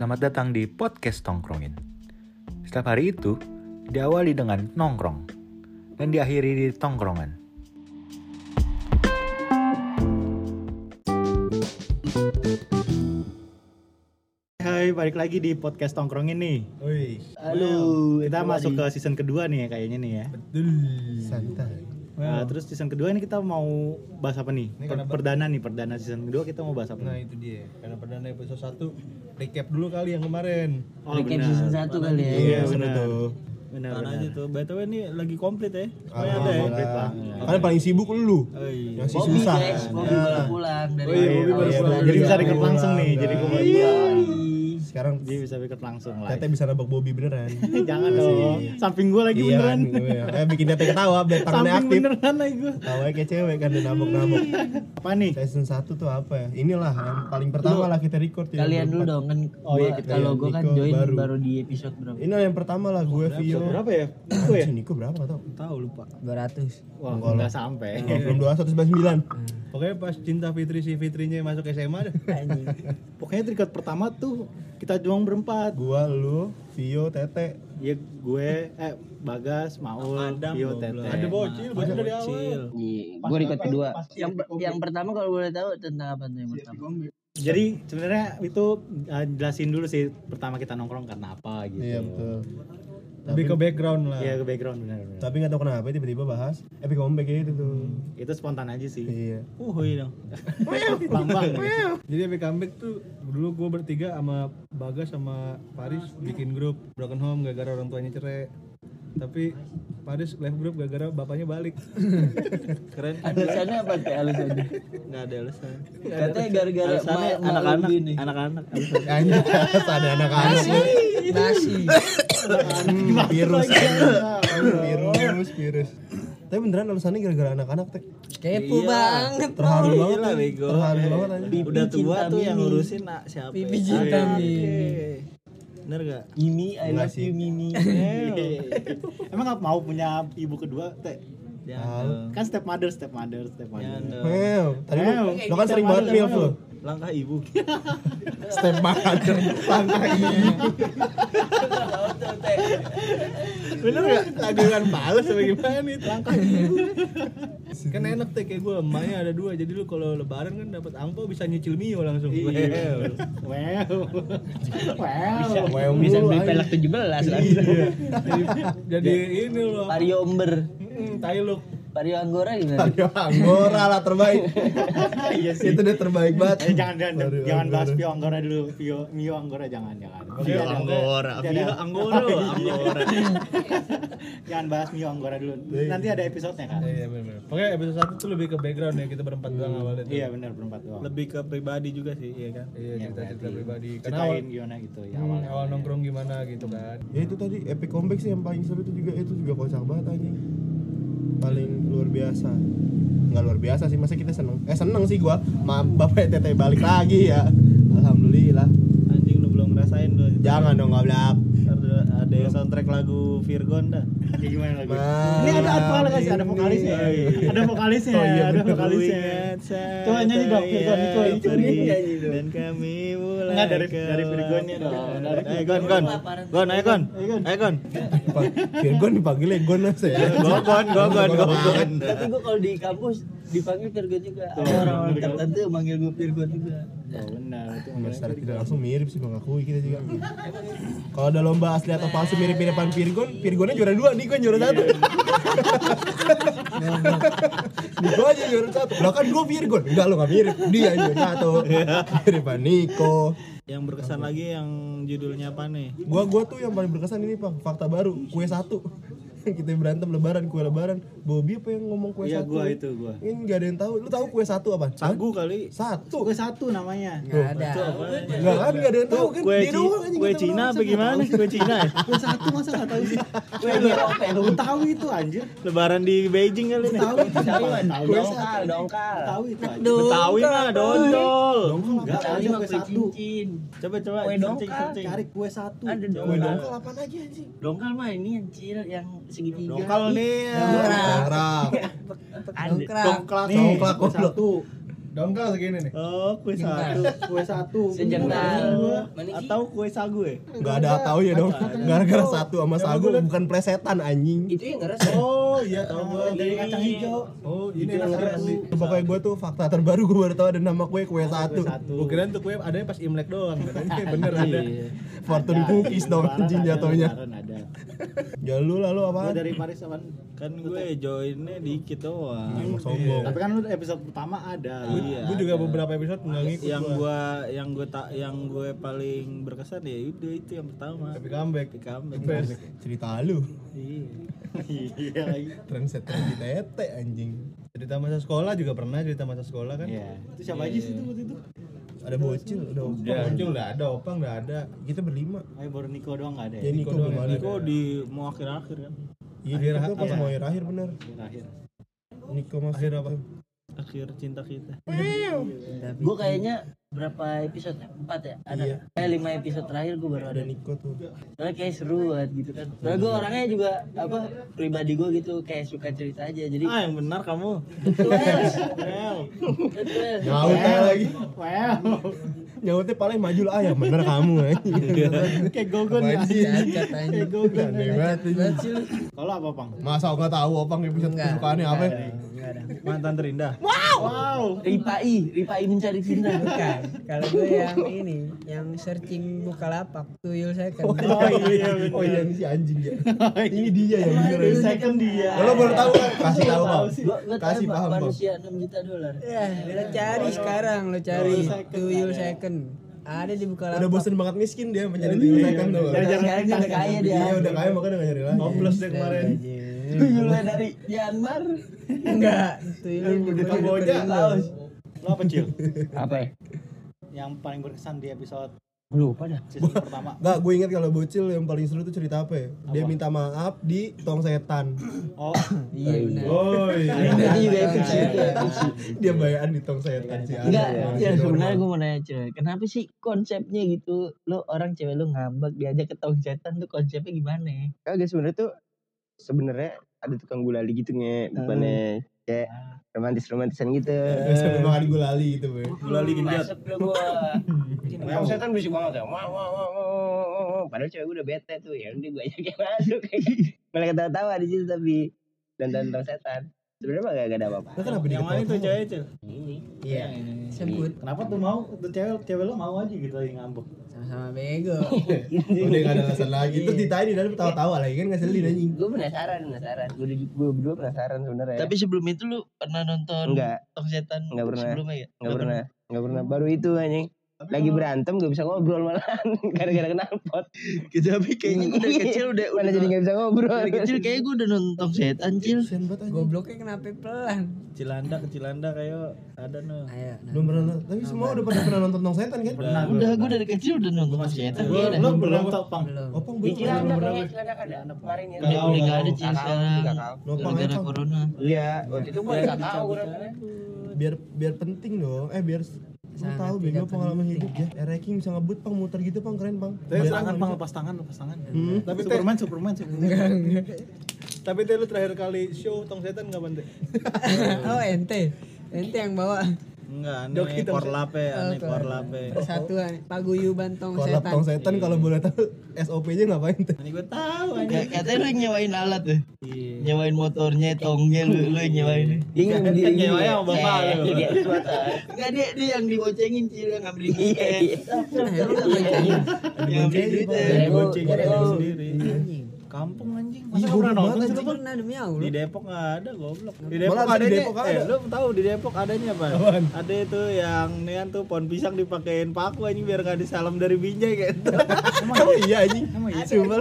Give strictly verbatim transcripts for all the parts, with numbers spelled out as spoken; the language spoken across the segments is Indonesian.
Selamat datang di podcast Tongkrongin. Setiap hari itu diawali dengan nongkrong dan diakhiri di tongkrongan. Hai, balik lagi di podcast Tongkrongin nih. Wih, Halo, Kita masuk ke season kedua nih ya kayaknya nih ya. betul. Santai. Nah, terus season kedua ini kita mau bahas apa nih? Ini Per- kenapa? perdana nih, perdana season kedua kita mau bahas apa? Nah nih? itu dia. Karena perdana episode satu recap dulu kali yang kemarin. Oh, recap benar. season satu kali ya. Iya, seru benar. tuh. Benar, Tahan benar. aja tuh. B T W ini lagi komplit ya. Supaya ada ya. Alhamdulillah. komplit lah. Karena paling sibuk lu. Oh iya. Yang si Bobby susah. guys, Bobby Ya. baru pulang dari Oh iya, Bobby baru Australia. pulang. Jadi bisa record Pulang, langsung nih. guys. Jadi gue Iya. Sekarang Jadi bisa record langsung lah. Tete bisa nabrak Bobby beneran. Jangan dong. Samping gue lagi Iya, beneran. iya. Eh bikin Tete ketawa biar tangannya Samping aktif. beneran lagi gue. Tawanya kayak cewek kan dia nabok-nabok. Apa nih? Season satu tuh apa ya? Inilah yang paling pertama lah kita record ya. Kalian dulu dong kan. Oh iya, gua- kita kalau ya, gue kan Nico join baru. baru. di episode berapa? Ini yang pertama lah gue Vio. Berapa ya? Nico ya? Anjing, Niko berapa enggak tahu. Tahu lupa. dua ratus. Wah, Enggak enggak lah. sampai. Oh, belum dua ratus sembilan puluh sembilan. Pokoknya pas cinta Fitri si Fitrinya masuk S M A dah. Pokoknya record pertama tuh kita doang berempat. Gua, lu, Vio, Tete. Ya gue, eh Bagas, Maul, Adam, Vio, goblok. Tete. Ada bocil, bocil dari awal. Iya, gue record kedua. Yang per- yang pertama kalau boleh tahu tentang apa tuh yang pertama? Jadi sebenarnya itu uh, jelasin dulu sih pertama kita nongkrong karena apa gitu. Iya betul. Lebih ke background lah. Iya, ke background benar-benar. Tapi nggak tahu kenapa tiba-tiba bahas epic comeback itu tuh. Itu spontan aja sih. Iya. Uh, iya dong. Lambang. Jadi epic comeback tuh dulu gue bertiga sama Bagas sama Paris bikin grup Broken Home gara-gara orang tuanya cerai. Tapi Paris left grup gara-gara bapaknya balik. Keren kan? Alasannya apa teh alasannya? Enggak ada alasan. Katanya gara-gara Alasannya ma- ma- anak-anak, gini. anak-anak. alasan. Anjir, ada anak-anak. Nasi. Hmm, virus. virus, virus. Tapi beneran alasannya gara-gara anak-anak teh. Kepo Iya. banget. Terharu Iya banget. lah, anjing. bego. Terharu Eh, banget anjing. Pipi Udah tua cinta tuh yang Mimi. ngurusin nak siapa? Pipi ya? cinta Ah, Mimi. oke. Bener gak? Mimi, I Enggak love sih. you Mimi. Emang nggak mau punya ibu kedua, Teh? Jangan. Kan step mother, step mother, step Jangan mother. dong. Wow, tadi lu, Wow. lu kan sering banget milf lu. Langkah ibu. Step mother, langkah ini. Bener gak? Laguan pales apa gimana nih? Langkah ibu. Kan enak teh kayak gue, emaknya ada dua. Jadi lu kalau lebaran kan dapat angpau bisa nyicil Mio langsung. Iya. Wow. Wow. Wow, Bisa mulu, beli anjing. pelek tujuh belas lagi. Iya. Jadi, jadi ini loh. Vario Ember, Hmm, tai lu. Vario Anggora gimana? Ayo, Anggora lah terbaik. Iya sih. Itu udah terbaik banget. Eh, jangan jangan Aduh, jangan bahas Anggora. Vio Anggora dulu. Vio Mio Anggora jangan jangan. Vio Jangan. Anggora, Jangan. Vio Anggora, Anggora. Jangan bahas Mio Anggora dulu. Nanti ada episode-nya kan. Iya benar. Pokoknya episode satu tuh lebih ke background ya, kita berempat doang awalnya tuh. Iya benar berempat doang. Lebih ke pribadi juga sih, iya kan? Iya, Ya, cerita-cerita berarti pribadi. Karena awal, Ceritain gimana gitu ya hmm, awal. awal nongkrong gimana gitu kan. Ya itu tadi epic comeback sih yang paling seru itu juga itu juga kocak banget anjing. Paling luar biasa. Enggak luar biasa sih, masa kita seneng. Eh seneng sih gua. Ma bapak Tete balik lagi ya. Alhamdulillah. Anjing lu belum ngerasain tuh. Jangan dong ngoblak. Ada, ada yang soundtrack lagu Virgon dah. Kayak gimana lagi? Nah, Ini ada ada guys, ada vokalisnya. Oh, iya. Ada vokalisnya, Oh, iya, ada bener. vokalisnya. Coba nyanyi dong, Virgon itu itu Nyanyi, nyanyi dong. Dan kami mulai. Enggak dari ke- dari Virgonnya dong. Dari Ayo Gon, Gon. Gon, ayo Gon. Ayo, Gon. Ayo Gon. Virgon dipanggilnya Gon aja ya. Gon, Gon, Gon, Gon, Gon. Tapi gue kalau di kampus dipanggil Virgon juga. Ada Tuh, orang-orang bener kan? tertentu manggil gue Virgon juga. Oh, benar itu. Ya, secara tidak langsung mirip sih mengakui kita juga. Kalau ada lomba asli atau palsu mirip-miripan Virgon, Virgonnya juara dua, nih gue juara satu. Niko aja juara satu. Lah kan gue Virgon, enggak lo nggak mirip, dia yang juara satu. Miripan Niko. Yang berkesan lagi yang judulnya apa nih? Gua gua tuh yang paling berkesan ini Bang, fakta baru, kue satu. Kita berantem lebaran, kue lebaran. Bobby apa yang ngomong kue Iya satu? gua itu gua. Ini enggak ada yang tahu. Lu tahu kue satu apa? Sagu kali. Satu. Kue satu namanya. Nggak ada. Enggak kan enggak ada yang tahu kan? Kue Dia Ci- doang aja kue kita Cina berdua. apa gimana? Kue Cina ya? Kue satu masa nggak tahu sih? Kue Eropa lu. Lu tahu itu anjir. Lebaran di Beijing kali nih. Tahu itu siapa? Tahu Dongkal, dongkal. Tahu itu anjir. Betawi mah dodol. Enggak tahu Betawi mah kue kue satu. cincin. Coba coba Kue searching, dongkal. searching. Cari kue satu. Ada Kue dongkal. dongkal apaan aja anjing? Dongkal mah ini yang kecil yang segitiga. Dongkal nih. ya. Dongkrak. Dongkrak. Ada. Dongklak Nih, dongklak kue goblok. satu. Dongkal segini nih. Oh, kue satu, kue satu. Sejengkal. Atau kue sagu ya? Enggak ada tahu ya dong. Gara-gara satu sama sagu bukan plesetan anjing. Itu yang ngerasa. Oh, iya tahu gua. Dari kacang hijau. Oh, ini enak sekali. Pokoknya gue tuh fakta terbaru gue baru tahu ada nama kue kue satu. Gua kirain tuh kue adanya pas Imlek doang. Katanya bener ada. Fortune cookies dong anjing jatuhnya. Kemarin ada. Ya lu lalu Gua apa? dari Paris apaan? Kan gue joinnya dikit doang. Emang sombong. Tapi kan lu episode pertama ada. Iya. Gua juga beberapa episode nggak ngikut. Yang gua. gua yang gue tak yang gue paling berkesan ya udah itu yang pertama. Tapi comeback. Tapi comeback. Best. Cerita lu. Iya. Iya lagi. Trendsetter di tete anjing. Cerita masa sekolah juga pernah cerita masa sekolah kan? Iya. Itu siapa aja sih itu waktu itu? Ada bocil, udah Udah muncul udah ada, Opang udah ada. kita berlima. Ayo baru Niko doang enggak ada Ya ya. Niko Niko doang belum yang ada. Niko di mau akhir-akhir kan. Iya, Akhir- itu pas iya. mau akhir-akhir bener. Akhir. Niko masuk. Akhir apa? Akhir cinta kita. Gue kayaknya berapa episode ya? Empat ya? Ada. Iya. Kayak lima episode terakhir gue baru ada. Ada Niko tuh. Soalnya kayak seru banget gitu kan. Soalnya gue orangnya juga apa pribadi gue gitu kayak suka cerita aja. Jadi Ah, yang benar kamu. betul. Well. Betul. Nyaut aja lagi. Well. Nyautnya paling maju lah ya bener kamu anjing. Kayak gogon ya. Cacat anjing. Kayak gogon. Aneh banget anjing. Kalau apa, Pang? Masa enggak tahu Opang episode Enggak. kesukaannya apa? Enggak ada. Mantan terindah. Wow. Ripai, Ripai mencari cinta. Bukan. Kalau gue yang ini, yang searching Bukalapak, tuyul second. Oh iya bener. Oh iya ini si anjing ya. Ini dia yang bener. Tuyul second dia. Kalau baru tahu kan kasih tahu Bang. Gue gue tahu Kasih Pak, paham Bang. manusia enam juta dolar. Ya, lo cari sekarang, lo cari tuyul second. Ada di Bukalapak. Udah bosen banget miskin dia menjadi tuyul second tuh. Jangan- jangan Sekarang dia udah kaya dia. Iya udah kaya makanya enggak nyari lagi. Hopeless deh kemarin. Tuyulnya dari Myanmar. Enggak, tuyul di Kamboja. Lo apa, Cil? Apa ya? Yang paling berkesan di episode Lupa dah. season pertama. Enggak, gue inget kalau bocil yang paling seru tuh cerita apa ya? Dia Apa? minta maaf di tong setan. Oh, Iya benar. Oh Itu juga fiksi itu ya, fiksi. Dia bayaran di tong setan sih. Enggak, Ada. ya Masih sebenarnya normal. gue mau nanya cuy, kenapa sih konsepnya gitu? Lo orang cewek lo ngambek diajak ke tong setan tuh konsepnya gimana? Kagak sebenarnya tuh sebenarnya ada tukang gulali gitu nge depannya kayak romantis romantisan gitu. Sampai makan gulali gitu, Boy. gulali genjot. Masuk lo gua. Yang setan berisik banget ya. Wah wah wah wah. Padahal cewek gue udah bete tuh ya. Udah gue ajakin masuk. Malah ketawa-tawa di situ tapi dan tentang setan. Sebenarnya mah gak ada apa-apa. Lah kenapa dia Yang mana tuh cewek, Cil? Ini. Iya. Sebut Kenapa tuh mau tuh cewek cewek lo mau aja gitu lagi ngambek. sama-sama bego. Udah gak ada alasan lagi. Terus ditanya di dalam tawa-tawa lagi kan ngeselin anjing. Gue penasaran, penasaran. Gue gue berdua penasaran sebenarnya. Tapi sebelum itu lu pernah nonton Enggak. tong setan? Enggak pernah. Sebelumnya ya? Nggak pernah, nggak pernah. Baru itu anjing. Lagi berantem gak bisa ngobrol malahan gara-gara knalpot. Gitu, tapi kayaknya gue dari kecil udah Mana jadi gak bisa ngobrol. dari kecil kayaknya gue udah nonton setan cil. Kasian banget anjing. Gobloknya kenapa pelan? Cilanda ke Cilanda kayak ada no. Ayo. nah. Belum pernah nonton. Tapi semua udah pada pernah nonton tong setan kan? Pernah. Udah gue dari kecil udah nonton tong setan. Gua Iya dah. belum belum tau, Pang. Belum. Opang Di belum Cilanda pernah. kayaknya Cilanda ada kemarin ya. Nggak Udah tahu, udah nggak nggak ada tahu. cil Nggak tahu, sekarang. nggak tahu. Nopang Gara-gara aja, Pang. corona. Iya, waktu itu gue Nggak nggak tahu. Biar biar penting dong. Eh biar lu Sangat tahu tidak bego pengalaman penting. hidup ya. Eh Ranking bisa ngebut Pang muter gitu Pang keren Pang. Lepas Biar tangan, orang Pang, bisa- lepas tangan, lepas tangan. Hmm. Tapi Superman, Superman, Superman. Enggak, enggak. Tapi teh lu terakhir kali show tong setan kapan teh? Oh, ente. Ente yang bawa Enggak, Doki aneh tong korlape, aneh Oh, korlape. persatuan paguyuban tong Korlap setan. tong setan kalau boleh tahu S O P-nya ngapain tuh? Ini gue tahu aneh. Kayak- Katanya lu nyewain alat tuh. Iya. Nyewain motornya, tongnya lu lu yang nyewain. Dia Kan ngambil kan nyewanya sama bapak Eh, lu. Dia swasta. Enggak dia dia yang dibocengin cil yang ngambilin duitnya. Nah, lu nggak boncengin. Yang ngambilin duitnya. Dari bonceng Gua- dari gua- sendiri. Anjing. Kampung anjing. Ih, Masa nggak goblok pernah nonton banget, sih lu, Anjing Bang? pernah demi Di Allah. Depok nggak ada goblok. Di Malah Depok di adanya, Depok eh, ada. lu tahu di Depok adanya apa? Apaan? Ada itu yang nian tuh pohon pisang dipakein paku anjing biar nggak disalam dari binjai kayak gitu. Oh iya anjing. Emang iya? Sumpah.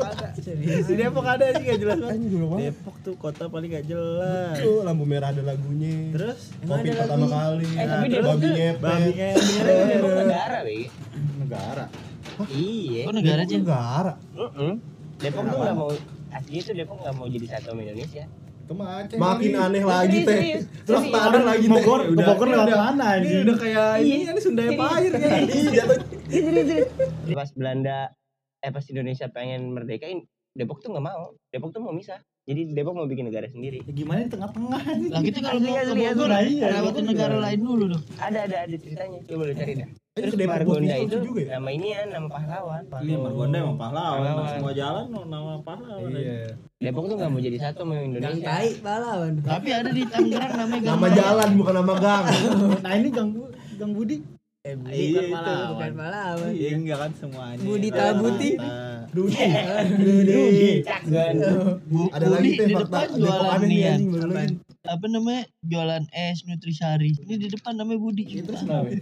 Di Depok ada sih nggak jelas banget. Anjing goblok banget. Depok tuh kota paling nggak jelas. Tuh lampu merah ada lagunya. Terus Kopi pertama kali. Eh, tapi Terus Depok babi tuh- ngepet. babi ngepet. Depok negara, Wi. negara. Iya. Kok negara aja? Negara. Heeh. Depok tuh nggak mau asli itu Depok nggak mau jadi satu sama Indonesia. Kemana? Makin aneh lagi Serius, teh. serius. Terus tak ada lagi teh. Bogor, Udah. Bogor lewat mana Ini anjing? udah kayak ini ini Sunda Empire kan. Iya jatuh. Pas Belanda eh pas Indonesia pengen merdeka, Depok tuh nggak mau. Depok tuh mau misah. Jadi Depok mau bikin negara sendiri. Ya gimana di tengah-tengah nih? Lah kita kalau mau ke Lihat, Bogor lihat, lihat. lewatin negara lain dulu dong. Ada ada ada ceritanya. Coba lu cari dah. Eh, Terus Depok Margonda Bogor itu juga ya? nama ini ya nama pahlawan. Iya, Margonda emang pahlawan. Pahlawan. Semua jalan no, nama pahlawan. Iya. Depok tuh nggak mau jadi satu sama Gang Indonesia. tai pahlawan. Tapi ada di Tangerang namanya Gang Nama Maya. jalan bukan nama gang. Nah ini Gang Bu- Gang Budi. Eh, Budi Iya, bukan itu pahlawan. Bukan pahlawan. Iya enggak kan semuanya. Budi Tabuti. Dudi. Dudi. Cakgan. Bu, Ada lagi Budi tuh di yang depan fakta Depok jualan aneh nih nian. anjing baru lagi. Apa namanya? Jualan es Nutrisari. Ini di depan namanya Budi. Itu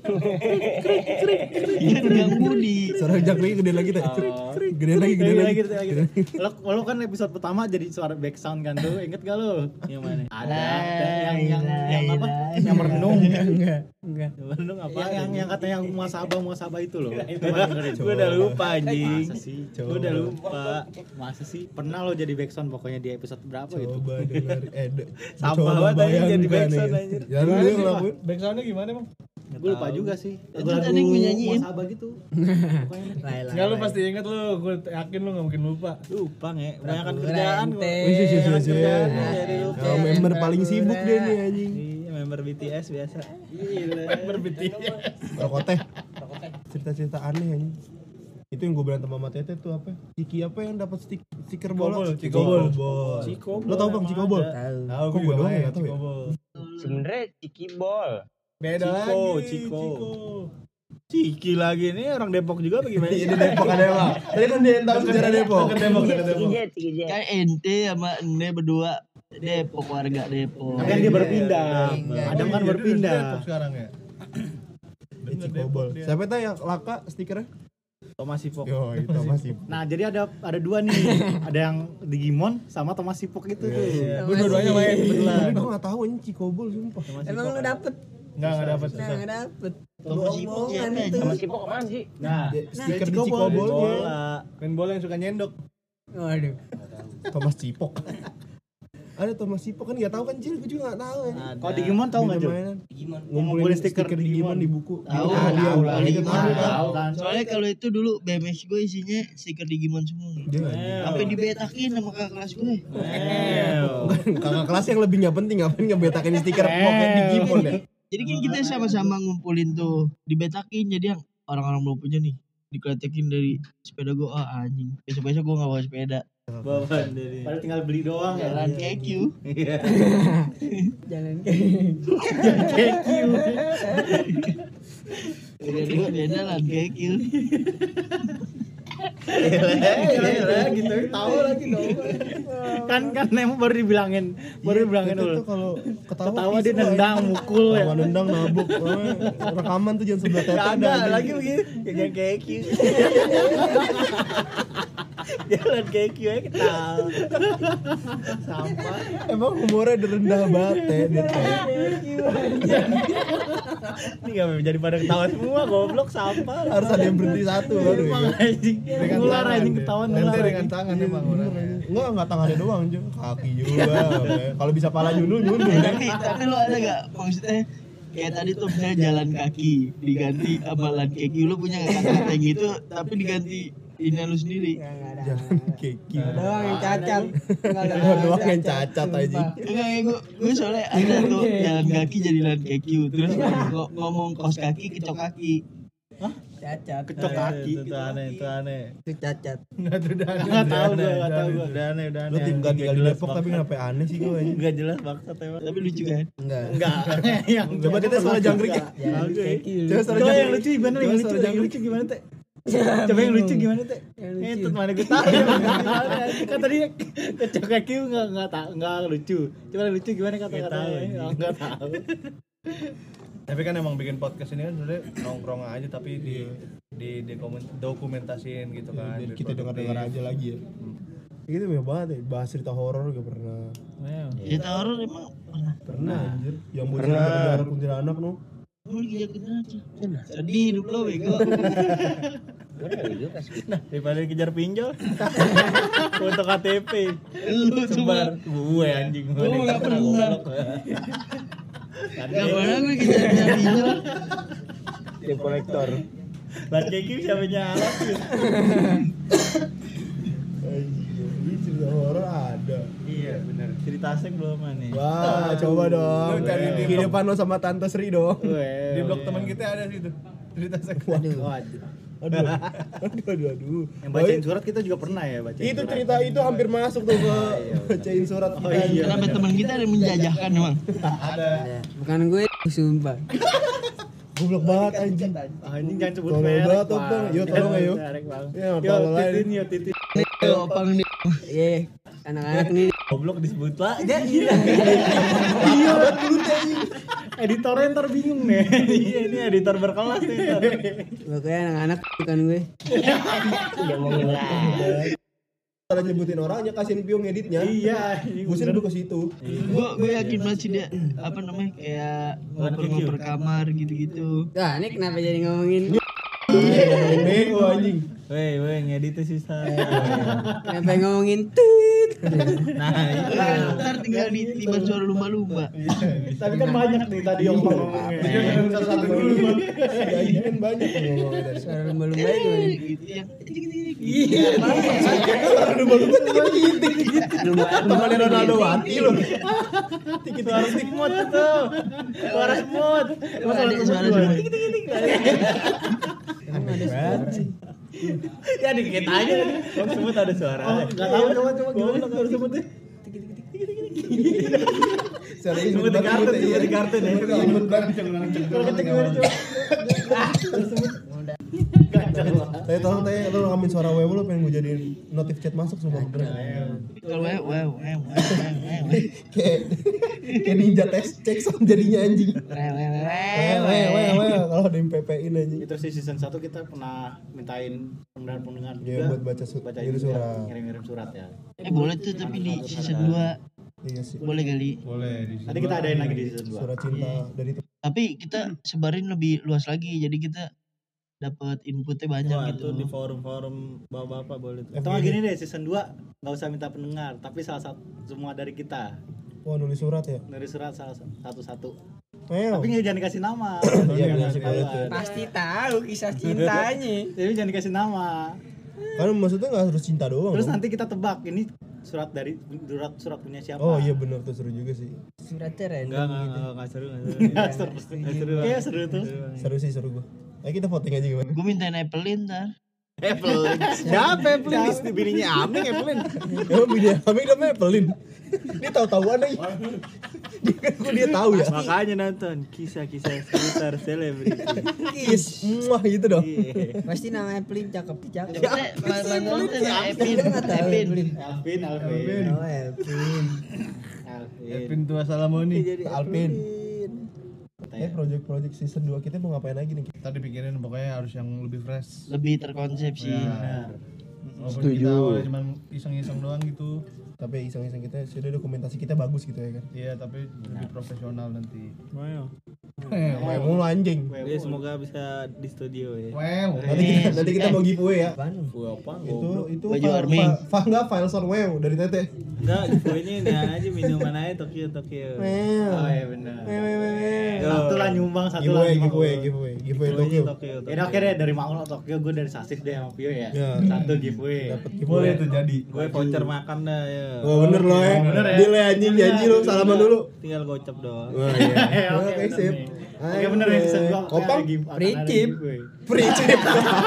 Itu Gang Budi. Suara jangkrik gede lagi tadi. Oh. Gede lagi, gede Gede lagi. lagi, gede lagi. Lo, lo kan episode pertama jadi suara back sound kan tuh, inget gak lo? Yang mana? Ada, ada yang yang yang apa? Yang merenung. Enggak, enggak. Yang merenung apa? Yang yang katanya yang muasabah muasabah itu loh. Gue udah lupa anjing. Masa sih? Gue udah lupa. Masa sih? Pernah lo jadi back sound pokoknya di episode berapa gitu? Coba dengar eh de- Sampah coba banget anjing jadi bayangkan backsound, ya. anjir. Ya lu Gimana yang sih, Pak? ngelakuin. Backsoundnya gimana emang? Gue lupa juga sih. Itu tadi gue nyanyiin. Muasabah gitu. Lain, Enggak, lu pasti inget lu, gue yakin lu gak mungkin lupa. Lupa nge. Kebanyakan Pura-pura kerjaan kok. ente. Wih, sih, sih, Kebanyakan sih. kerjaan Nah, jadi lupa. Kalau member paling sibuk deh nih anjing. Iya, member B T S biasa. Gila. Member B T S. Rokok teh. Cerita-cerita aneh anjing. Itu yang gue berantem sama Tete tuh apa? Ciki apa yang dapat stik stiker bola? Cikobol, Cikobol. Cikobol Lo tau bang emang Cikobol? ada. Tahu. Tahu Kok gue gua juga doang main nggak tahu ya? Cikobol. Sebenarnya Cikibol. Beda Ciko, lagi. Ciko. Ciki lagi nih orang Depok juga bagaimana Iya sih? di Depok ada bang. Tadi kan dia yang tahu sejarah Depok. Depok, dekat Depok. Cikijet, Cikijet. Kan ente sama ene berdua Depok, warga Depok. Kan dia berpindah. Enggak. Adam kan Iya, dia berpindah. udah Depok sekarang ya. Dia Cikobol. Siapa tahu yang laka stikernya? Thomas Sipok. Yo itu masih. Nah, jadi ada ada dua nih. Ada yang Digimon sama Thomas Sipok itu tuh. Iya, gue dua-duanya main Tapi kebetulan. gue nggak tahu ini Cikobol sumpah. Thomas Emang Sipok. lu dapet? Enggak, enggak dapat. Nah, enggak dapet. Thomas Sipok Bohongan siapa itu. Sama Sipok kemana sih? Nah, Stiker di Cikobol. Cikobol. Bola. Main bola yang suka nyendok. Waduh. Thomas Cipok. Ada Thomas Cipok kan nggak tahu kan Cil, gue juga nggak tahu ini. Kalau Digimon tahu nggak, Jo? Gimana? Ngumpulin stiker Digimon di buku. Tahu, Itu hadiah tahu ulang lah, itu Digimon. tahu kan. Tahu kan? Soalnya kalau itu dulu B M X gue isinya stiker Digimon semua. Dia Sampai dibetakin sama kakak kelas gue. Eh. kakak kelas yang lebih nggak penting ngapain ngebetakin stiker pokoknya Digimon ya. Jadi kan kita sama-sama ngumpulin tuh, dibetakin jadi yang orang-orang belum punya nih, dikletekin dari sepeda gue, ah anjing, besok-besok gue gak bawa sepeda. Bawaan dari. Padahal tinggal beli doang ya. Jalan K Q. Iya. Jangan kayak Thank you. Udah ada sepeda lah K Q. Gila, gitu tahu lagi dong. Kan kan emang baru dibilangin, baru dibilangin Itu dulu. tuh kalau ketawa Ketawa pisau dia nendang, aja. mukul ya. Ketawa nendang nabuk. Pokoknya rekaman tuh jangan sebelah tete Gak dah. ada lagi begitu. Jangan kayak Q. Jalan kayak Q aja ketawa. Sampah. Emang umurnya udah rendah banget ya dia tuh. Ini gak jadi pada ketawa semua, goblok sampah. Harus ada yang berhenti satu baru ya. Emang anjing. Nular anjing ketahuan nular. Ente dengan anjing. tangan emang orangnya. Enggak, enggak tangannya doang, Jo. Kaki juga. Kalau bisa pala nyundul nyundul ya. Tapi tapi lo ada gak maksudnya kayak tadi tuh misalnya jalan kaki diganti sama jalan K Q, lo punya gak kata-kata yang gitu tapi diganti ini lu sendiri. enggak ada. Jalan keki. Doang yang cacat. Enggak ada. Doang doang yang cacat aja. Enggak, gue gue soalnya ada tuh jalan kaki jadi jalan K Q, terus ng- ngomong kos kaki kecok kaki. Cacat. Kecok kaki. Itu tuh aneh, itu aneh. Itu cacat. Enggak tuh udah aneh. Gak tau udah gue, aneh, gak tau udah gue. aneh. Udah aneh, udah aneh. Lu tim gak tinggal di Depok tapi kenapa aneh sih gue anjing? Gak jelas bangsat emang. Tapi lucu kan? Enggak. Enggak. Yang Coba kita suara jangkrik ya. Jalan Oke. kaki. Coba suara Coba yang jangkrik. lucu gimana? Yang Coba lucu, suara yang jangkrik. lucu gimana teh? Coba yang lucu gimana teh? Yang Eh, lucu. itu mana gue tahu ya. Kan tadi kecok kaki nggak nggak tahu nggak lucu. Coba yang lucu gimana kata-katanya? Oh, nggak tahu. Tapi kan emang bikin podcast ini kan sebenarnya nongkrong aja tapi di di dokumentasiin gitu kan. Biar biar kita produktif. dengar-dengar aja lagi ya. Gitu banyak banget ya, bahas cerita horor juga pernah. Cerita horor emang pernah. Pernah anjir. Yang bocah Pernah. negara kuntilanak no. Gue lagi yakin aja. Sedih hidup lo bego. Gue udah hidup pas gitu. Nah, daripada dikejar pinjol. Foto K T P. Lu cuma Sebar gue anjing. Gue nggak pernah. Gak Gak pernah gue kejar-kejar pinjol. Debt kolektor. Lan kayak siapa nyala sih? Ini Yang horor ada. Iya benar. Cerita asik belum nih? Wah, coba dong. Lu cari di Kehidupan lo sama Tante Sri dong. Di blog teman kita ada sih itu. Cerita seksual. Aduh. Waduh. Aduh, aduh, aduh, aduh. Yang bacain surat kita juga pernah ya baca. Itu cerita itu hampir masuk tuh ke bacain surat kita. Oh, iya. Kenapa teman kita ada yang menjajahkan emang? Ada. Bukan gue, sumpah. Goblok banget anjing. Anjing jangan sebut Tolong merek. banget, Bang. Bang. Yo, tolong ayo. Merek, Bang. Ya, Yo, tolong aja. titin, yo, titin. Ini opang nih. Iya, anak-anak nih. Goblok disebut lah. Ya, iya. Iya, editornya ntar bingung nih. Iya, ini editor berkelas nih ntar. Pokoknya anak-anak bukan gue. Ngomongin lah. Kalau nyebutin orangnya kasihin Piung editnya. Iya, ini Gue sih bener. dulu ke situ. Gue gue yakin banget sih dia apa namanya kayak ngoper-ngoper kamar gitu-gitu. Nah, ini kenapa jadi ngomongin Bego anjing. Woi, woi, ngeditnya susah. kenapa ngomongin tit? Nah, itu. Nah, ntar tinggal ditiban suara lumba-lumba. Tapi kan banyak nih tadi yang ngomongnya. Satu dulu. Ya ini kan banyak yang ngomongnya dari. Suara lumba-lumba gimana? Gitu yang Iya, Temannya Ronaldo Wati lu. Suara semut itu. Suara semut. ada suara semut. Ya dikit aja. Suara semut ada suara. Oh, enggak tahu coba coba gimana suara semutnya. Semut di kartun, semut di kartun ya. Semut banget jangan Kalau kenceng gimana coba? Tanya tolong tanya tolong amin suara wewe lu pengen gue jadiin notif chat masuk semua bener. Kalau wow wow wow wow. Kayak kayak ninja tes cek sama jadinya anjing. Wewe wewe wewe kalau ada yang P P-in anjing. Itu sih season satu kita pernah mintain pendengar-pendengar juga. Iya buat baca su- baca ngirim surat. ngirim-ngirim surat ya. Eh boleh tuh tapi di season dua Iya sih. boleh kali. Boleh di Nanti kita adain lagi di season dua. Surat cinta dari Tapi kita sebarin lebih luas lagi jadi kita dapat inputnya banyak Wah, gitu. itu di forum-forum bapak-bapak boleh tuh. F Atau G D. gini deh, season dua enggak usah minta pendengar, tapi salah satu semua dari kita. Wah nulis surat ya. Dari surat salah satu-satu. Well. Tapi nggak jangan dikasih nama. Iya benar sih Jangan boleh dikasih tuh. Pasti tahu kisah cintanya. Tapi jangan dikasih nama. Kan maksudnya nggak harus cinta doang. Terus dong. nanti kita tebak ini surat dari surat surat punya siapa. Oh iya benar tuh seru juga sih. Suratnya random Enggak, enggak, gitu. enggak, enggak seru, enggak seru. Enggak seru. Enggak seru. Kayak seru tuh. Seru sih seru gua. Ayo kita voting aja gimana? Gue mintain Applein ntar. Evelyn. Siapa Evelyn? Istri bininya Aming Evelyn. Emang bini Aming namanya Evelyn. Dia tahu-tahuan aja. Dia kan gua dia tahu ya. Makanya nonton kisah-kisah seputar selebriti. Kiss, muah gitu dong. Iya. Pasti namanya Plin cakep cakep. Coba bantuan tuh Epin, Tahu Epin. Plin. Alvin, Alvin. Oh, Elvin. Alvin. Epin tua Salamoni. Alpin. Eh project-project season dua kita mau ngapain lagi nih? Tadi pikirin pokoknya harus yang lebih fresh. Lebih terkonsep sih. Benar. Walaupun kita awalnya cuma iseng-iseng doang gitu. Tapi iseng-iseng kita sudah dokumentasi kita bagus gitu ya kan. Iya, tapi lebih profesional nanti. Wow. Main mulu anjing. Ya, semoga bisa di studio ya. Wow. Nanti kita nanti kita mau giveaway ya. Gua apa? Itu itu Baju fa- army. fa- fa- enggak file son wow dari Tete. Enggak, giveaway-nya ini aja minuman aja Tokyo Tokyo. Wow. Oh iya benar. Wow, wow, wow. Satu lah nyumbang, satu lah Giveaway, nyumbang. giveaway, giveaway, giveaway Giveaway-nya Tokyo. Tokyo. Ya oke deh dari Mangulo Tokyo, gue dari Sasif deh sama Pio ya. Ya. Satu giveaway. Dapat Boleh giveaway. tuh jadi. Gue voucher makan dah ya. Wah bener loh ya. Bener ya. Deal ya anjing janji lu salaman dulu. Tinggal gocap doang. Wah iya. Oke, Oke bener sip. nih. Oke bener ya season dua. Kopang Prinsip. prinsip.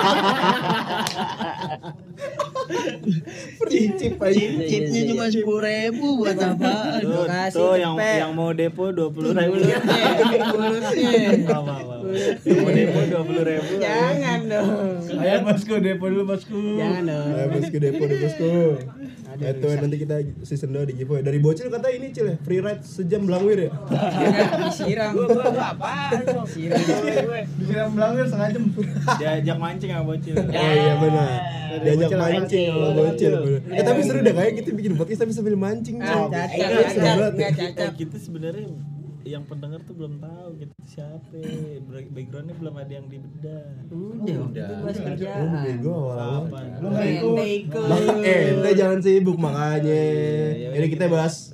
Prinsip aja. Chip chipnya cuma sepuluh ribu buat apaan? Tuh, Kasih tuh yang cepet. yang mau depo dua puluh ribu. Mulutnya. Apa apa. Yang mau depo dua puluh ribu. Jangan dong. Ayo bosku depo dulu bosku. Jangan dong. Ayo bosku depo deh bosku. Itu nanti kita season dua di giveaway. Dari Bocil kata ini Cil ya, free ride sejam Blangwir ya. Enggak disiram. Gua gua apaan? Disiram. Disiram belangir setengah jam. Diajak mancing sama bocil. Oh iya benar. Diajak Bocil mancing sama Bocil. bener. Eh tapi seru dah kayak kita bikin podcast tapi sambil mancing. Ah, Cil. cacat, Seru cacat, banget. enggak Eh, cacat. kita sebenarnya yang pendengar tuh belum tahu gitu siapa. Backgroundnya belum ada yang dibedah. Udah, itu bahas Oh, kerjaan. bego awal-awal. Apa? Lu enggak ikut. Ente ikut. Bang, eh, ente jangan sibuk makanya. Iya, iya, Jadi kita iya. bahas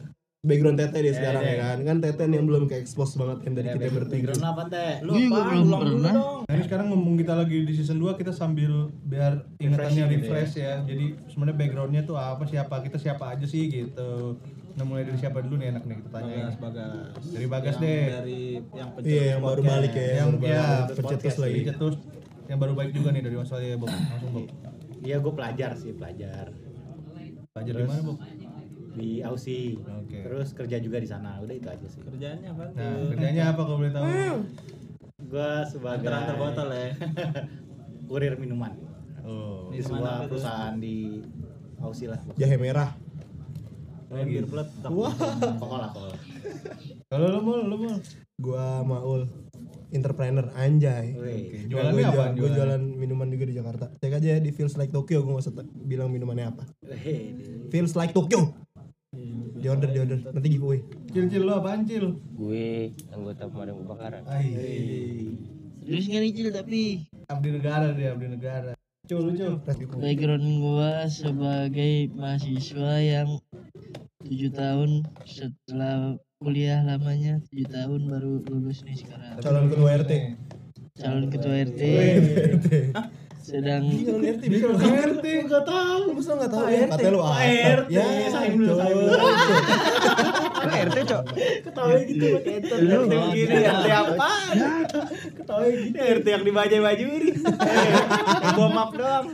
background Tete dia sekarang ya kan. Kan Tete yang belum ke expose banget kan dari kita bertiga. Background apa teh? Lu Gue juga apaan? belum Ulang dulu pernah. dong. Nah ini sekarang ngomong kita lagi di season dua, kita sambil biar ingatannya Refreshing gitu refresh ya. Jadi sebenarnya backgroundnya tuh apa, siapa, kita siapa aja sih gitu. Nah mulai dari siapa dulu nih enak nih kita tanya. Bagas, Bagas. Dari Bagas Yang deh. Dari yang Iya, yang baru balik ya. Yang baru ya balik, pencetus lagi. Pencetus yang baru baik juga nih dari Australia Bob. Langsung Bob. Iya, gue pelajar sih, pelajar. Belajar di Terus? mana Bob? Di Aussie. Oke. Terus kerja juga di sana. Udah itu aja sih. Kerjanya apa? Nah kerjanya apa kalau boleh tahu? Gue sebagai Antar-antar botol ya. kurir minuman Oh. di sebuah perusahaan di Aussie lah. Jahe merah. Bir plet. Wah. Pokok lah, pokok. Kalau lu mau, lu mau. Gua Maul entrepreneur anjay. Wih. Jualannya Gua apa? jual- Gua jualan minuman juga di Jakarta. Cek aja di Feels Like Tokyo, gua nggak usah te- bilang minumannya apa. Wih. Feels Like Tokyo. Di order, di order. Nanti giveaway. Cil-cil lu apaan Cil? Gue anggota pemadam kebakaran. Ai. Terus nggak nicil tapi Abdi negara dia, abdi negara. Cul, cul. background gua sebagai mahasiswa yang tujuh tahun setelah kuliah lamanya tujuh tahun baru lulus nih sekarang. Calon ketua R T. Calon ketua R T sedang Calon R T. Dia kalau R T. Enggak tahu. Masa enggak tahu ya? Kata lu ah. R T. Ya, Saing dulu, saing dulu. R T cok. Ketawa gitu pakai itu. Lu R T mau begini, kenal. R T apa? Ketawa gitu. R T yang dibajai-bajurin. Yang gua map doang.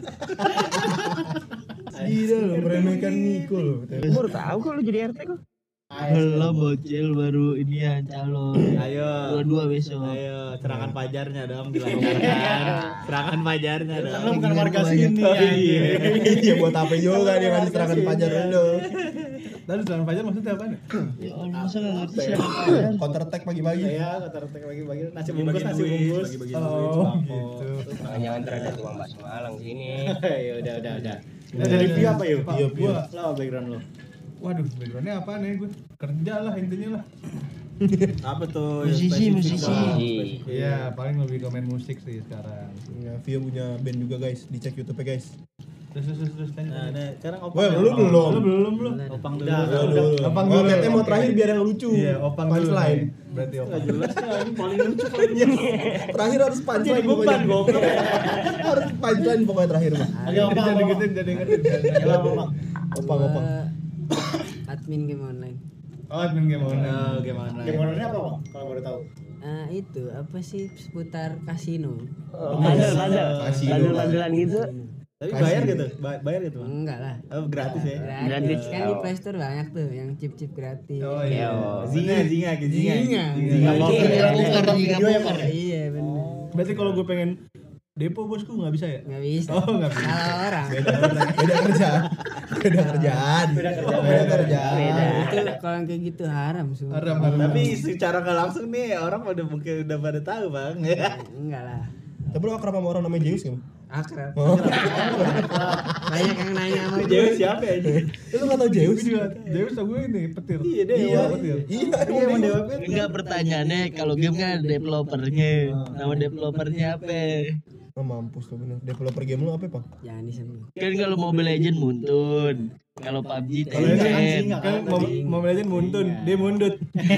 Gila lu meremehkan Niko lu. Gue baru tahu kok lu jadi R T kok. belum bocil baru ini ya calon. Ayo. Dua-dua besok. Ayo, serangan pajarnya dong dilakukan. Serangan pajarnya dong. Lu bukan warga sini, Iya buat apa juga dia ngasih serangan pajar lu. Lalu serangan fajar maksudnya apa nih? Ya Allah, masa nggak ngerti siapa kalian? Counter attack pagi-pagi. Iya, kata retek bagi-bagi nasi bungkus, nasi bungkus. Oh gitu. Jangan-jangan terada tukang bakso Malang di sini. Ya udah, udah, udah. Kita dari view apa yuk? Iya, view. Gua, lo apa background lo? Waduh, backgroundnya apa nih gue? Kerja lah intinya lah. Apa tuh? Musisi, musisi. Iya, paling lebih ke main musik sih sekarang. Ya, Vio punya band juga guys, dicek YouTube-nya guys. Terus terus terus terus Nah, tanya. nah, sekarang opang. Wah, ya, belum opang. belum. Lu belum belum. Opang dulu. Udah, Udah, udah. Opang Oh, dulu. Tete mau Oke. terakhir biar yang lucu. Iya, opang dulu. Punchline. nih. Berarti opang. Nggak jelas kan, ini paling lucu paling Terakhir harus Jadi punchline beban pokoknya. goblok. Harus punchline pokoknya terakhir, Bang. Oke, opang, Jadi opang. ingetin, jadi ingetin. Ya, opang, opang. Opang, opang. Gua admin game online. Oh, admin game online. Oh, gimana? Gimana apa, Bang? Kalau boleh tahu. Ah itu apa sih seputar kasino? Bandel-bandel. Kasih lu. Bandel-bandelan gitu. Tapi Kasih. bayar gitu? Ba- Bayar gitu, Bang? Enggak lah. Oh, gratis ya? Gratis. Gratis. Kan di Play Store banyak tuh yang chip-chip gratis. Oh iya. Zinga, zinga, zinga. Zinga. Zinga. Jika poker, jika Video ya, poker. Bang? Iya benar. Berarti kalau gue pengen depo bosku nggak bisa ya? Nggak bisa. Oh, nggak bisa. Salah orang. Beda beda kerjaan. Beda kerjaan. Beda kerjaan. Beda kerjaan. Itu kalau yang kayak gitu haram semua. Haram, haram. Tapi secara nggak langsung nih orang udah mungkin udah pada tahu, Bang. Enggak lah. Tapi lu akrab sama orang namanya Zeus nggak? Akrab. Oh. Banyak yang nanya sama gue. Jadi siapa ya? Lu nggak tau Zeus? Gue juga. Dewi tau gue ini petir. Iya, deh. Iya, petir. iya, Iya, emang Dewa Pet. Enggak pertanyaannya kalau game kan ada developernya. Nama developernya apa? Oh, mampus lu bener. Developer game lu apa, Bang? Jangan disebut. Kan kalau Mobile Legend Muntun. Kalau P U B G Kalau ini Tencent. kan mau mau belajar muntun, dia mundut.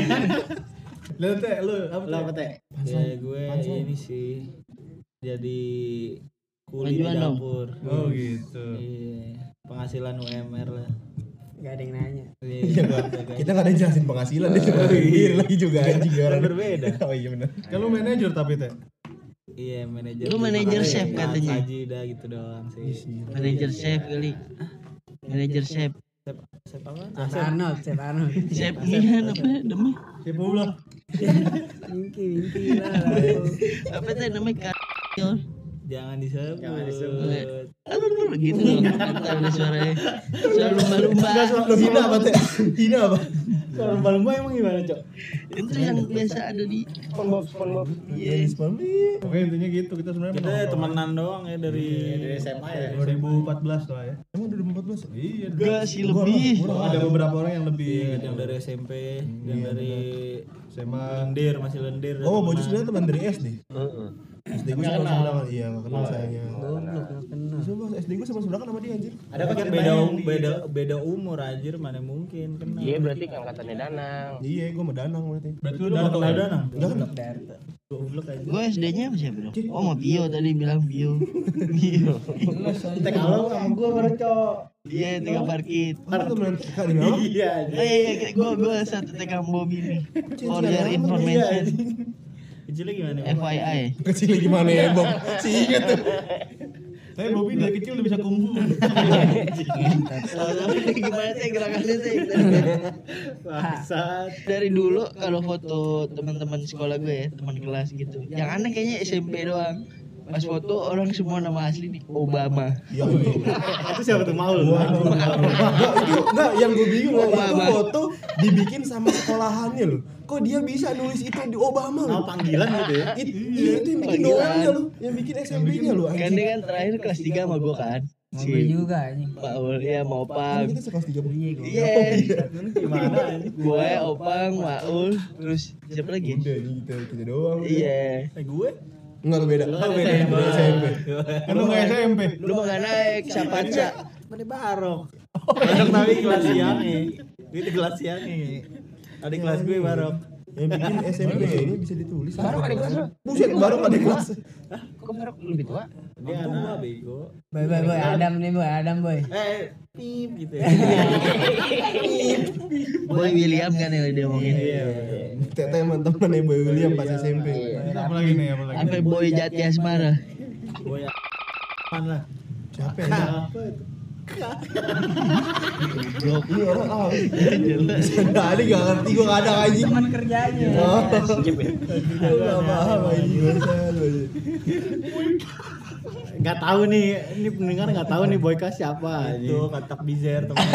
Lu teh, lu apa? Lo Teh? apa teh? Ya gue ini sih jadi kuli di Majuan dong. dapur. Oh gitu. Iya, penghasilan U M R lah. Gak ada yang nanya. Iya, Bang. Kita nggak ada yang jelasin penghasilan dia cuma sendiri lagi juga anjing Kan orang. berbeda. Oh iya benar. Kalau manajer tapi teh. Iya, manajer. Lu di manajer Makassar, chef ya, katanya. Haji dah gitu doang sih. Manajer chef kali. Manajer chef. Chef, chef apa? Chef Arnold, Chef Arnold. Chef Nihan apa namanya? Siapa ulah? Winky, Winky lah. Apa teh namanya? Kacol. Jangan disebut. Jangan disebut. Aduh, aduh, gitu loh. Entar ada suaranya. Suara lumba-lumba. Lu hina apa teh? Hina apa? Kalau lumba-lumba emang gimana, Cok? Itu yang biasa ada di SpongeBob, SpongeBob. Iya, Spammy. Oke intinya gitu kita sebenarnya Kita nongkrong. temenan doang ya dari dari S M A ya. dua ribu empat belas lah ya. Emang dua ribu empat belas? Iya. Enggak sih lebih. Ada beberapa orang yang lebih Iya, yang dari S M P, yang dari S M A. lendir, masih lendir. Oh, Bojus sebenarnya teman dari S D. Heeh. S D gue sama sebelah kan, iya nggak kenal sayangnya. Goblok nggak kenal. Sumpah S D gue sama sebelah kan sama dia anjir. Ada Kan kan beda beda beda umur anjir, mana mungkin kenal. Iya berarti angkatannya Danang. Iya, gue sama Danang berarti. Berarti lu udah kenal Danang? Enggak kan? Darta. Goblok aja. Gue S D-nya sama siapa dong? Oh sama Bio tadi bilang Bio. Bio. Tek kalau sama gua baru cok. Iya tiga parkit. Kan temen T K di mana? Iya. Oh iya iya gue gue satu T K Bobby nih. For your information. Kecilnya gimana? F Y I. Kecil gimana ya, Bang? Si inget tuh. Tapi Bobby dari kecil udah bisa kungfu. Tahu-tahu nih gimana sih gerakannya sih? Bangsat. Dari dulu kalau foto teman-teman sekolah gue ya, teman kelas gitu. Yang aneh kayaknya S M P doang. Pas foto orang semua nama asli nih Obama. Ya iya. Itu siapa tuh Maul? Waduh. Enggak, itu enggak yang gue bingung loh, itu Obama. foto dibikin sama sekolahannya loh. Kok dia bisa nulis itu di Obama Nama loh? panggilan gitu ya. It- Iya, itu yang bikin Panggilan. doangnya loh, yang bikin S M P-nya loh Kan anjing. dia kan terakhir kelas tiga sama gue kan. Mobil juga anjing. Paul ya mau Kan Opang. kita sekelas tiga puluh. Iya. Gimana? Gue Opang, Maul, terus siapa lagi? Udah nih kita kita doang. Iya. Eh gue? Enggak lu beda. Lu Lu beda. beda S M P. Kan lu nggak S M P? Lu mah gak naik, siapa aja? Mana barok? Barok tapi kelas siang nih. Itu kelas siang nih. Adik kelas gue barok. Yang bikin S M P ini bisa ditulis. Baru adik kelas lu? Buset, baru adik kelas. Kok Barok lebih tua? Dia anak bego. Boy boy boy Adam nih boy Adam boy. Eh, pip gitu ya. Boy William kan yang dia ngomongin. Iya. Teteh teman-teman ya Boy William pas S M P. Apa lagi nih? Apa lagi? Sampai Boy Jati Asmara. Gue ya. Apaan lah? Siapa ya? Ini orang ah. Nah, ini gak ngerti gue gak ada anjing. Teman kerjanya. Oh, Skip ya? gue gak paham anjing. Barusan, anjing. Enggak tahu nih, ini pendengar enggak tahu nih Boyka siapa. Itu katak bizer teman.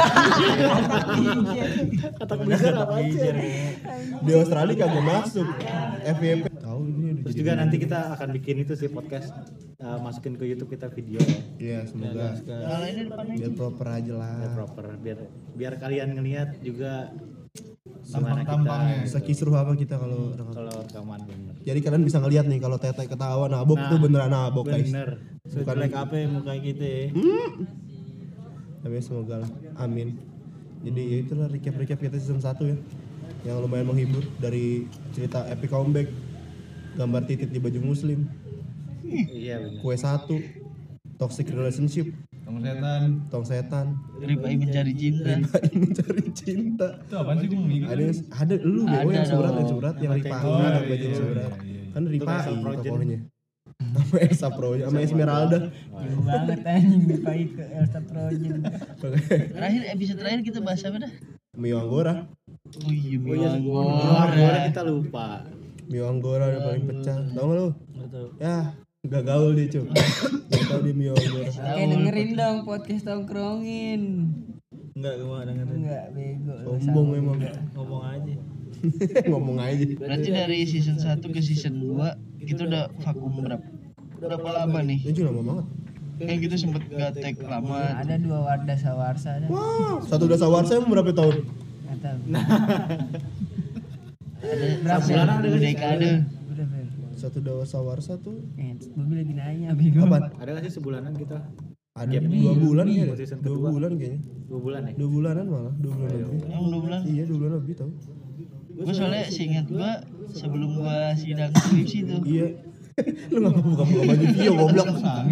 Katak bizar apa Bizer. Di Australia kagak masuk. F Y P. Tahu ini udah Terus jadi- juga nanti kita akan bikin itu sih podcast, uh, masukin ke YouTube kita video ya. Iya, semoga Kalau ini depannya biar proper aja lah. Biar proper, biar biar kalian ngelihat juga gimana kita Bisa kisruh apa kita kalau kalau rekaman bener. jadi kalian bisa ngeliat nih kalau Tete ketawa nabok Nah, itu beneran nabok guys. Bener. Bukan like apa muka kita ya. Tapi semoga lah. Amin. Jadi ya itulah recap-recap kita season satu ya. Yang lumayan menghibur dari cerita epic comeback, gambar titit di baju muslim, Iya bener. kue satu, toxic relationship, Tong setan. tong setan, Ribai mencari cinta. mencari cinta. Itu apaan sih gue ngomong Ada yang ada lu Ada bego yang surat dong. yang surat yang Sama Ripai Teko. yang Oh, baju iya, surat. iya, iya. Kan Ripai Elsa Projen. tokohnya. Sama Elsa Projen sama Esmeralda. Jauh banget anjing Ripai ke Elsa Projen. Terakhir episode terakhir kita bahas apa dah? Mio Anggora. Oh iya, Oh iya, Milanggora. Anggora kita lupa. Mio Anggora udah paling pecah. Tahu enggak lu? Nggak tahu. Ya, gak gaul dia, Cuk. Gak tahu dia Mio Anggora. Oke dengerin dong podcast tongkrongin. Enggak, gue nggak dengerin. Enggak bego. lu Sombong sama emang. juga. Ngomong aja. Ngomong aja. Berarti dari season satu ke season dua kita udah vakum berapa? Berapa lama nih? Ini juga lama banget. Kan kita sempet gak tag lama. Ada dua Wardah Sawarsa ada. Wow, satu dasar warsa emang berapa tahun? Enggak tahu. Ada Berapa? bulanan ada dekade. Udah bego. Satu dasar warsa tuh Eh, Bobi lagi nanya bego. apa? Ada nggak sih sebulanan kita? Ada Gap dua bulan lebih. kayaknya. Season Dua kedua. bulan kayaknya. Dua bulan ya? Dua bulanan malah, dua bulan lebih. Yang dua bulan. Iya, dua bulan lebih tau. Gue soalnya seingat gue sebelum gue sidang skripsi tuh. Iya. Lu ngapa buka-buka baju Vio goblok?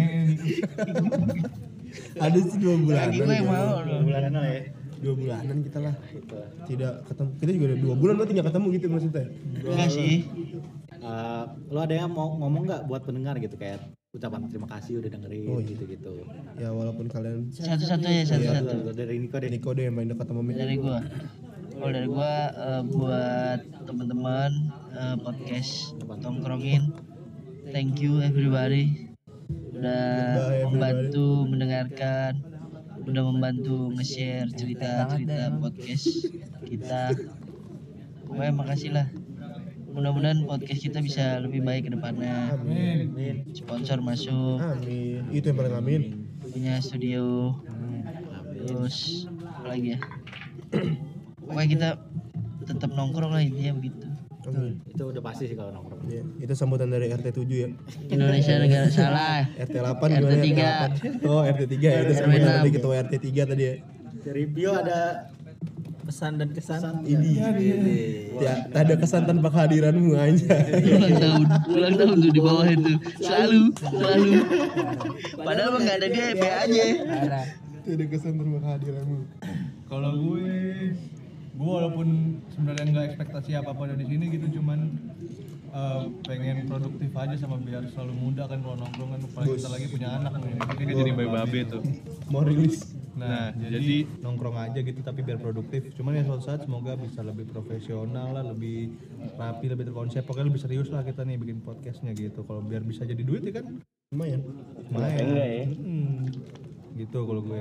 Ada sih dua bulanan. Lagi gue yang kayaknya. mau. Dua bulanan lah ya. Dua bulanan kita lah. Tidak ketemu. Kita juga udah dua bulan berarti nggak ketemu gitu maksudnya. Enggak sih. Uh, lo ada yang mau ngomong nggak buat pendengar gitu kayak ucapan terima kasih udah dengerin Oh, iya. gitu-gitu. Ya walaupun kalian Satu-satu ya, satu-satu. Tuh, dari Niko deh. Niko deh yang paling dekat sama Mik. Dari gue. Kalau dari gue eh, buat teman-teman eh, podcast tongkrongin, thank you everybody udah Goodbye, everybody. membantu mendengarkan, udah membantu nge-share cerita-cerita podcast kita. Pokoknya makasih lah. Mudah-mudahan podcast kita bisa lebih baik ke depannya. Amin. Sponsor masuk, Amin. Itu yang paling amin. punya studio, terus apa lagi ya? Pokoknya kita tetap nongkrong lah intinya begitu. Amin. Itu udah pasti sih kalau nongkrong. Iya, itu sambutan dari R T tujuh ya. Indonesia negara salah. R T delapan R T gimana? tiga. R T delapan. Oh, R T tiga ya. Itu sambutan enam. dari ketua R T tiga tadi ya. Dari Bio ada pesan dan kesan. Ini. Ya, tak ada kesan tanpa kehadiranmu aja. Ulang tahun, ulang tahun tuh di bawah itu. Selalu, selalu. Padahal mah nggak ada dia, be aja. Parah. Tak ada kesan tanpa kehadiranmu. Kalau gue, gue walaupun sebenarnya nggak ekspektasi apa-apa dari sini gitu, cuman eh, pengen produktif aja sama biar selalu muda kan kalau nongkrong kan, apalagi kita lagi punya anak nih, kita jadi babe-babe tuh. Mau rilis. Nah, jadi nongkrong aja gitu tapi biar produktif. Cuman ya suatu saat semoga bisa lebih profesional lah, lebih rapi, lebih terkonsep. Pokoknya lebih serius lah kita nih bikin podcastnya gitu. Kalau biar bisa jadi duit ya kan Lumayan. lumayan. Enggak ya? Hmm. Gitu kalau gue.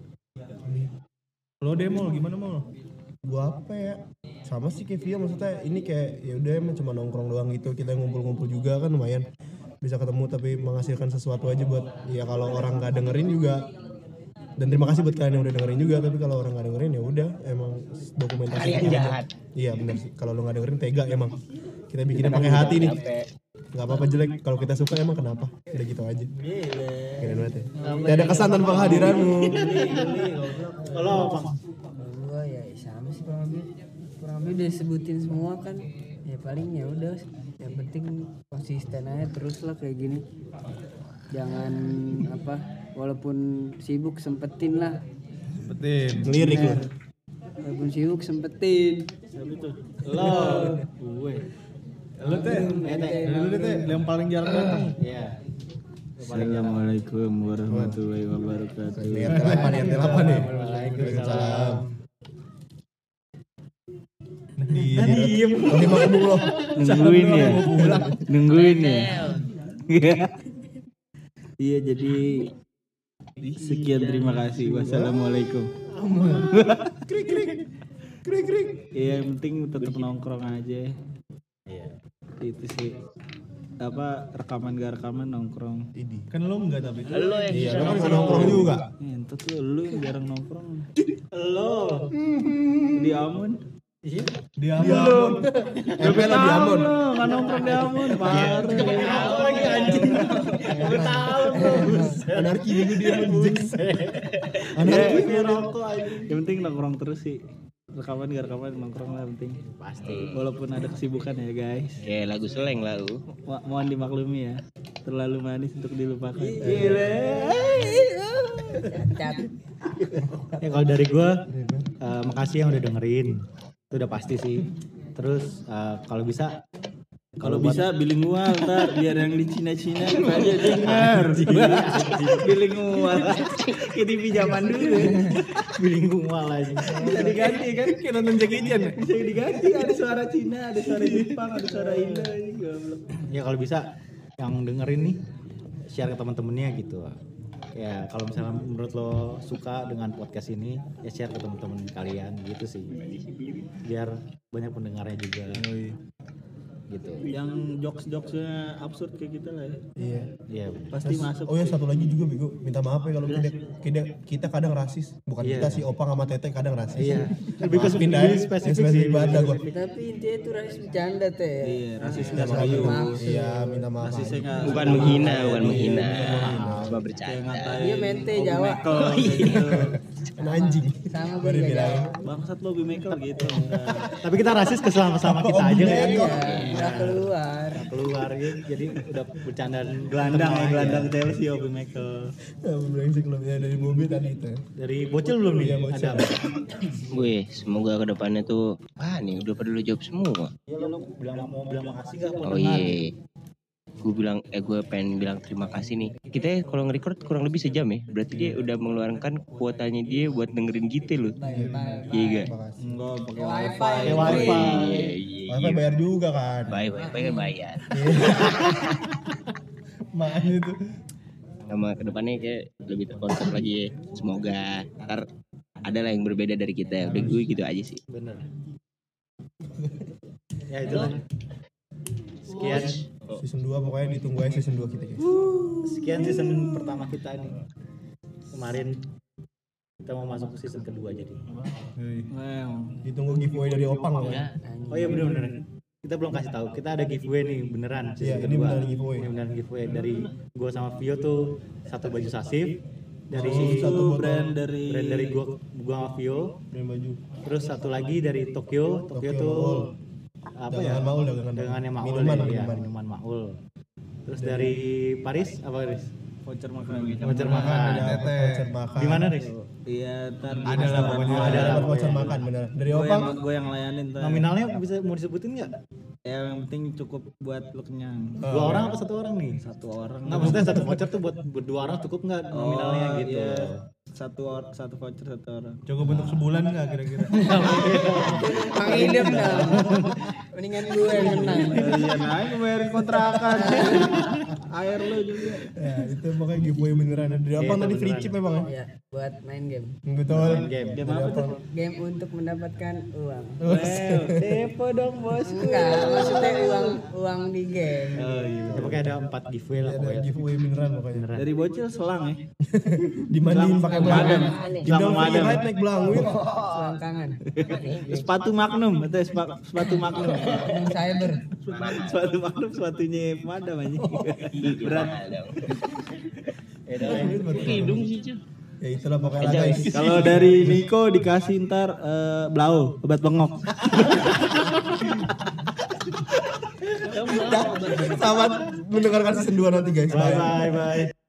Lo demo gimana mau? Gua apa ya? Sama sih kayak Via, maksudnya ini kayak ya udah emang cuma nongkrong doang gitu. Kita ngumpul-ngumpul juga kan lumayan. Bisa ketemu tapi menghasilkan sesuatu aja buat ya kalau orang nggak dengerin juga. Dan terima kasih buat kalian yang udah dengerin juga, tapi kalau orang nggak dengerin ya udah emang dokumentasi Kalian aja. jahat. Iya benar sih. Kalau lo nggak dengerin tega emang. Kita bikinnya pakai hati nih. Nggak apa-apa jelek. Kalau kita suka emang kenapa? Udah gitu aja. Keren banget ya. Tidak ada kesan tanpa kehadiranmu. Kalau Bang, Gua ya sama sih kurang lebih. Kurang lebih udah sebutin semua kan. Ya paling ya udah. Yang penting konsisten aja terus lah kayak gini. Jangan apa, walaupun sibuk sempetin lah. Betul. Lirik lo. Walaupun sibuk sempetin. lo gue. Lo teh, lo teh yang paling jarang datang. Iya. Assalamualaikum warahmatullahi wabarakatuh. Lihat delapan ya, delapan nih. Waalaikumsalam. Diem. Ini mau ngomong lo. Nungguin ya, nungguin ya. Iya jadi sekian terima kasih. Wassalamualaikum. Krik krik. Krik krik. Iya yang penting tetap nongkrong aja. Iya. Itu sih. Apa rekaman gak rekaman nongkrong. Kan lo enggak tapi. Lo yang Iya, bisa lo kan nggak nongkrong juga. Entot lu, lu yang jarang nongkrong. Lo. Di Amun. Dia Diamond. M P lo Diamond. Lu nggak nongkrong di Amun. Parah. lagi anjing. Bertahun lo. Anarki juga Diamond. Anarki. Rokok anjing. Yang penting nongkrong terus sih. Rekaman gak rekaman nongkrong lah penting. Pasti. Walaupun ada kesibukan ya guys. Kayak lagu seleng lah lu. Mo- mohon dimaklumi ya. Terlalu manis untuk dilupakan. Cacat. Ya kalau dari gue, eh, makasih yang udah dengerin. Itu udah pasti sih. Terus eh, kalau bisa, Kalau bisa bilingual ntar biar yang di Cina-Cina kita aja dengar. Bilingual. Kayak T V zaman dulu. bilingual aja. Bisa diganti kan kayak nonton Jackie Chan. Bisa diganti ada suara Cina, ada suara Jepang, ada suara Indo ini goblok. Ya kalau bisa yang dengerin nih share ke teman-temannya gitu. Ya kalau misalnya menurut lo suka dengan podcast ini ya share ke teman-teman kalian gitu sih. Biar banyak pendengarnya juga. Gitu. Yang jokes-jokesnya absurd kayak kita lah ya. Iya. Iya. Pasti masuk. Oh ya satu lagi juga Bego, minta maaf ya kalau kita, kita kita kadang rasis. Bukan Iya. kita sih, Opang sama Tete kadang rasis. Iya. Lebih ke Maafin dah, lebih spesifik spesifik sih. banget dah gua. Tapi intinya itu rasis bercanda teh. Iya, rasis Minta nggak maaf serius. maksud. Iya, minta maaf. Rasisnya aja. nggak Bukan menghina, bukan Iya, menghina. maaf. Cuma bercanda. Dia mente Jawa. Oh iya. Kan anjing. Sama gue Baru juga bilang. Jawa. Bangsat Bobby Maker gitu. Enggak. Tapi kita rasis ke sama-sama kita aja kan. Iya, udah keluar. Keluar gitu. Jadi udah bercandaan Gelandang ya, aja. gelandang Chelsea Bobby Maker. Ya, brengsek lo ya dari mobil tadi itu. Dari bocil belum nih? Iya, bocil. Ada. Gue semoga kedepannya tuh, ah nih udah pada lu jawab semua. Ya lo bilang mau bilang makasih enggak buat Oh dengar? iya. Gue bilang, eh gue pengen bilang terima kasih nih. Kita kalau nge-record kurang lebih sejam ya. Berarti dia udah mengeluarkan kuotanya dia buat dengerin kita loh. Iya gak? Enggak pakai Wifi. Pakai wifi. Iya, iya, Wifi iya. bayar juga kan. Bayar, bayar, bayar, bayar. Makanya itu. Sama kedepannya kayak lebih terkonsep lagi ya. Semoga ntar ada lah yang berbeda dari kita. Udah gue gitu aja sih. Bener. Ya itulah. Sekian Season dua pokoknya ditunggu aja season dua kita guys. sekian season pertama kita nih. Kemarin kita mau masuk ke season kedua jadi. Hei. Wow. Ditunggu giveaway dari Opang loh. Oh iya bener-bener. kita belum kasih tahu. Kita ada giveaway nih beneran. Iya, season ini kedua. beneran giveaway. Ini beneran giveaway dari gua sama Vio tuh satu baju Sasif. Dari Oh, satu botol. brand dari brand dari gua gua sama Vio. Brand baju. Terus satu lagi dari Tokyo. Tokyo, Tokyo tuh Maul. apa Dagangan ya? Maul, dagangan Maul. Dagangannya Maul Minuman, ya, minuman. minuman Maul. Terus dari Paris apa Paris? voucher makan gitu. Voucher makan. Ada voucher makan. Di mana, Riz? Iya, ntar Ada lah pokoknya. Oh, Ada ada. dapat voucher makan bener. Dari gue Opang. yang, gue yang layanin ntar. Nominalnya bisa mau disebutin nggak? Ya yang penting cukup buat lu kenyang. Oh, Dua iya. orang apa satu orang nih? Satu orang. Nggak, maksudnya satu voucher tuh buat berdua orang cukup nggak nominalnya Oh, gitu? iya. Satu or, satu voucher satu orang. Cukup untuk sebulan nggak kira-kira? Mang Idem dah. Mendingan gue yang menang. Iya, naik bayarin kontrakan. Air lu juga. Ya, itu pokoknya giveaway beneran. Dari Opang Iya, tadi itu free beneran. chip memang ya. Ya, buat main game. Betul. Main game. Game Dari apa tuh? Opang. Game untuk mendapatkan uang. Well, depo dong bosku. Enggak, maksudnya uang uang di game. Oh iya. Ya, pokoknya ada empat giveaway lah Ada pokoknya. giveaway beneran pokoknya. Beneran. Dari bocil selang ya. Dimandiin pakai Madam. belang. Selang Tinggal madam. free ride naik belangwin. Selangkangan. Sepatu Magnum atau sepa- sepatu Magnum. Cyber. Sepatu Magnum sepatunya pemadam aja. Berat. Hidung sih cuy. Ya itulah pokoknya lah guys. Kalau dari Niko dikasih ntar eh, blau, obat bengok. Selamat mendengarkan season dua nanti guys. Bye bye bye.